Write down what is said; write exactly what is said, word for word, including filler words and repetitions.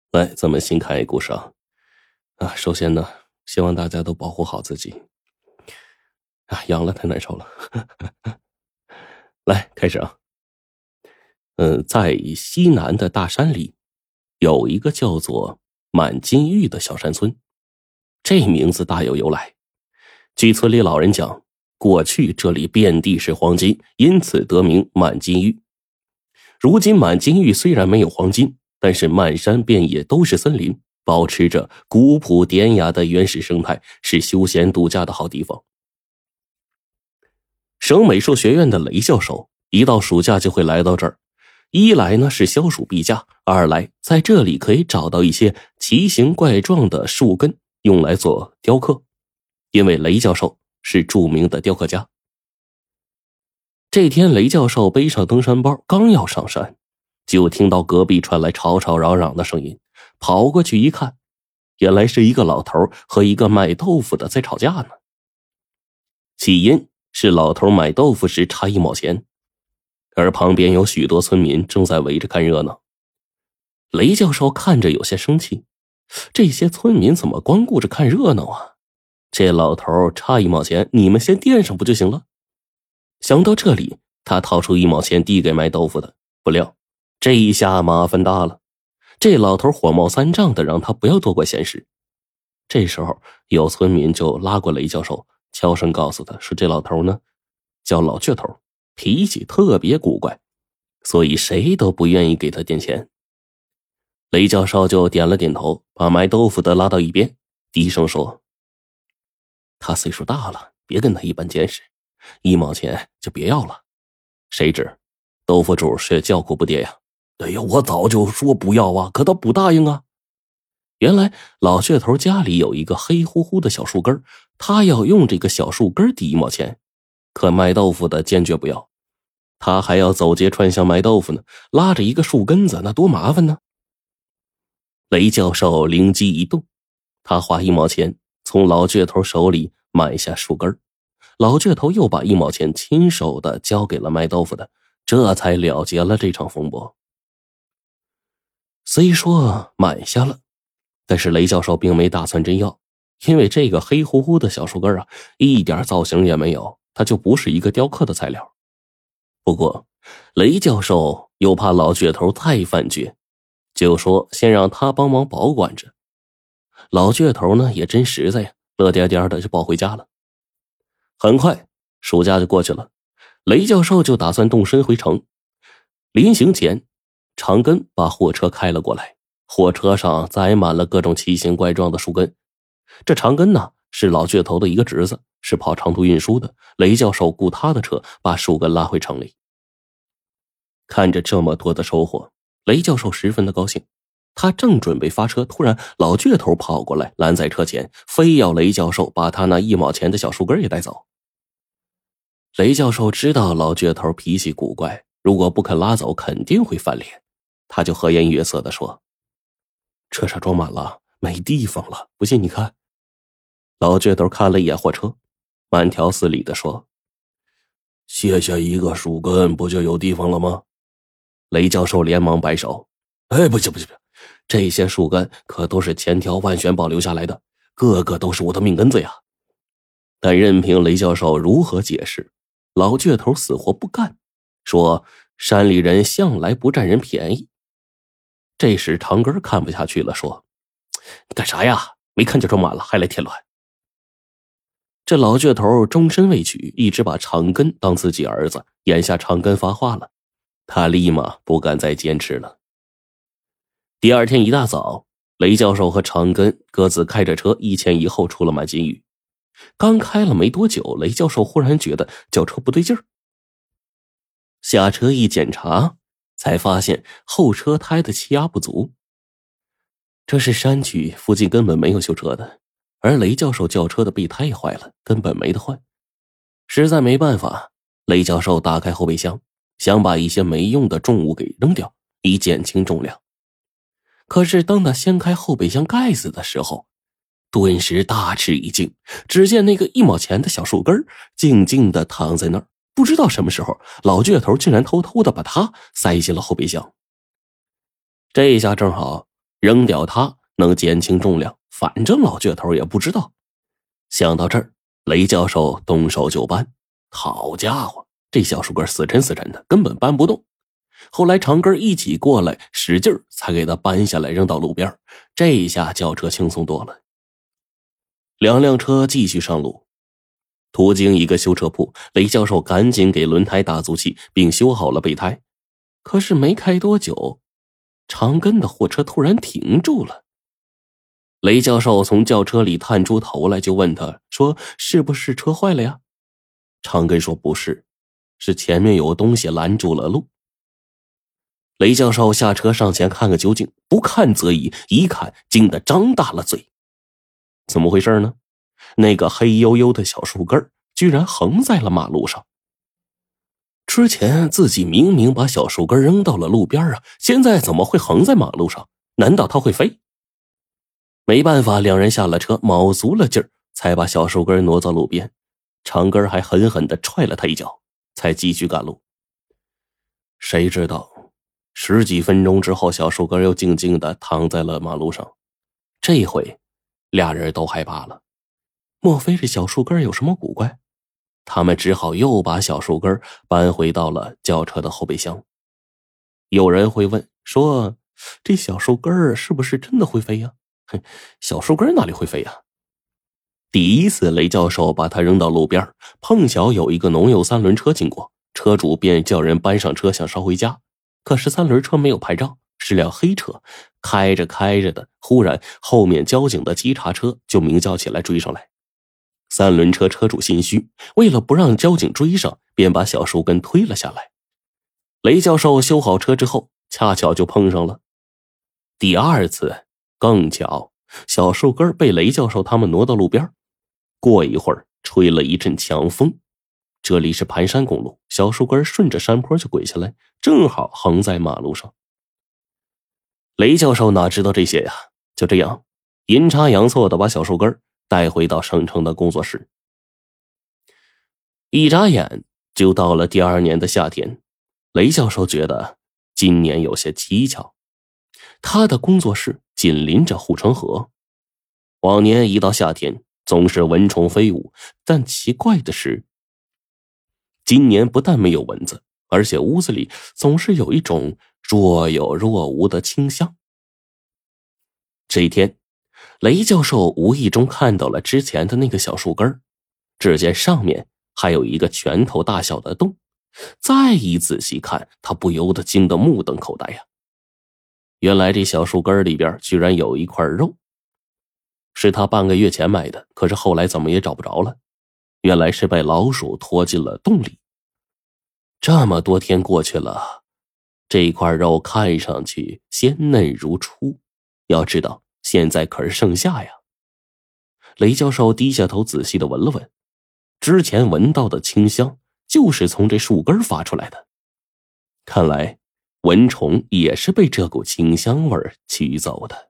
来，咱们新看一故事啊。啊，首先呢，希望大家都保护好自己。啊，阳了太难受了。来，开始啊。嗯，在西南的大山里，有一个叫做满金玉的小山村。这名字大有由来。据村里老人讲，过去这里遍地是黄金，因此得名满金玉。如今满金玉虽然没有黄金，但是满山遍野都是森林，保持着古朴典雅的原始生态，是休闲度假的好地方。省美术学院的雷教授一到暑假就会来到这儿，一来呢是消暑避假，二来在这里可以找到一些奇形怪状的树根用来做雕刻，因为雷教授是著名的雕刻家。这天雷教授背上登山包，刚要上山，就听到隔壁传来吵吵嚷嚷的声音，跑过去一看，原来是一个老头和一个卖豆腐的在吵架呢。起因是老头买豆腐时差一毛钱，而旁边有许多村民正在围着看热闹。雷教授看着有些生气，这些村民怎么光顾着看热闹啊？这老头差一毛钱，你们先垫上不就行了？想到这里，他掏出一毛钱递给卖豆腐的，不料这一下麻烦大了。这老头火冒三丈的让他不要多管闲事。这时候有村民就拉过雷教授，悄声告诉他说，这老头呢叫老倔头，脾气特别古怪，所以谁都不愿意给他点钱。雷教授就点了点头，把卖豆腐的拉到一边，低声说，他岁数大了，别跟他一般见识，一毛钱就别要了。谁知豆腐主是叫苦不迭呀，哎呀，我早就说不要啊，可他不答应啊。原来老倔头家里有一个黑乎乎的小树根，他要用这个小树根抵一毛钱，可卖豆腐的坚决不要，他还要走街串巷卖豆腐呢，拉着一个树根子，那多麻烦呢。雷教授灵机一动，他花一毛钱从老倔头手里买下树根，老倔头又把一毛钱亲手的交给了卖豆腐的，这才了结了这场风波。虽说买下了，但是雷教授并没打算真要，因为这个黑乎乎的小树根啊，一点造型也没有，它就不是一个雕刻的材料。不过雷教授又怕老倔头太犯倔，就说先让他帮忙保管着。老倔头呢也真实在呀，乐颠颠的就抱回家了。很快暑假就过去了，雷教授就打算动身回城。临行前，长根把货车开了过来，货车上载满了各种奇形怪状的树根。这长根呢是老倔头的一个侄子，是跑长途运输的，雷教授雇他的车把树根拉回城里。看着这么多的收获，雷教授十分的高兴。他正准备发车，突然老倔头跑过来拦在车前，非要雷教授把他那一毛钱的小树根也带走。雷教授知道老倔头脾气古怪，如果不肯拉走肯定会翻脸，他就和颜悦色地说，车上装满了，没地方了，不信你看。老倔头看了一眼货车，慢条斯理地说，卸下一个树根不就有地方了吗？雷教授连忙摆手，哎，不行不行不行，这些树根可都是千挑万选保留下来的，个个都是我的命根子呀。但任凭雷教授如何解释，老倔头死活不干，说山里人向来不占人便宜。这时长根看不下去了，说，你干啥呀？没看见装满了还来添乱。这老倔头终身未娶，一直把长根当自己儿子，眼下长根发话了，他立马不敢再坚持了。第二天一大早，雷教授和长根各自开着车一前一后出了满金玉。刚开了没多久，雷教授忽然觉得轿车不对劲儿，下车一检查，才发现后车胎的气压不足。这是山区，附近根本没有修车的，而雷教授轿车的备胎也坏了，根本没得换。实在没办法，雷教授打开后备箱，想把一些没用的重物给扔掉，以减轻重量。可是当他掀开后备箱盖子的时候，顿时大吃一惊，只见那个一毛钱的小树根静静地躺在那儿，不知道什么时候老倔头竟然偷偷地把它塞进了后备箱。这一下正好， 扔掉它能减轻重量，反正老倔头也不知道。想到这儿，雷教授动手就搬。好家伙，这小树根死沉死沉的，根本搬不动。后来长根一起过来使劲才给他搬下来扔到路边，这一下轿车轻松多了。两辆车继续上路，途经一个修车铺，雷教授赶紧给轮胎打足气，并修好了备胎。可是没开多久，长根的货车突然停住了。雷教授从轿车里探出头来，就问他说：“是不是车坏了呀？”长根说：“不是，是前面有东西拦住了路。”雷教授下车上前看个究竟，不看则已，一看惊得张大了嘴。怎么回事呢？那个黑黝黝的小树根居然横在了马路上。之前自己明明把小树根扔到了路边啊，现在怎么会横在马路上？难道它会飞？没办法，两人下了车，卯足了劲儿，才把小树根挪到路边。长根还狠狠地踹了他一脚，才继续赶路。谁知道十几分钟之后，小树根又静静地躺在了马路上。这回俩人都害怕了，莫非这小树根有什么古怪？他们只好又把小树根搬回到了轿车的后备箱。有人会问说，这小树根是不是真的会飞呀？哼，小树根哪里会飞呀？第一次雷教授把它扔到路边，碰巧有一个农用三轮车经过，车主便叫人搬上车想捎回家。可是三轮车没有牌照，是辆黑车，开着开着的，忽然后面交警的稽查车就鸣叫起来追上来。三轮车车主心虚，为了不让交警追上，便把小树根推了下来。雷教授修好车之后，恰巧就碰上了。第二次更巧，小树根被雷教授他们挪到路边，过一会儿吹了一阵强风。这里是盘山公路，小树根顺着山坡就滚下来，正好横在马路上。雷教授哪知道这些呀，就这样阴差阳错的把小树根带回到省城的工作室。一眨眼就到了第二年的夏天，雷教授觉得今年有些蹊跷。他的工作室紧邻着护城河，往年一到夏天总是蚊虫飞舞，但奇怪的是，今年不但没有蚊子，而且屋子里总是有一种若有若无的清香。这一天，雷教授无意中看到了之前的那个小树根，只见上面还有一个拳头大小的洞。再一仔细看，他不由得惊得目瞪口呆呀！原来这小树根里边居然有一块肉，是他半个月前买的，可是后来怎么也找不着了。原来是被老鼠拖进了洞里。这么多天过去了，这块肉看上去鲜嫩如初，要知道现在可是盛夏呀。雷教授低下头仔细地闻了闻，之前闻到的清香就是从这树根发出来的。看来蚊虫也是被这股清香味驱走的。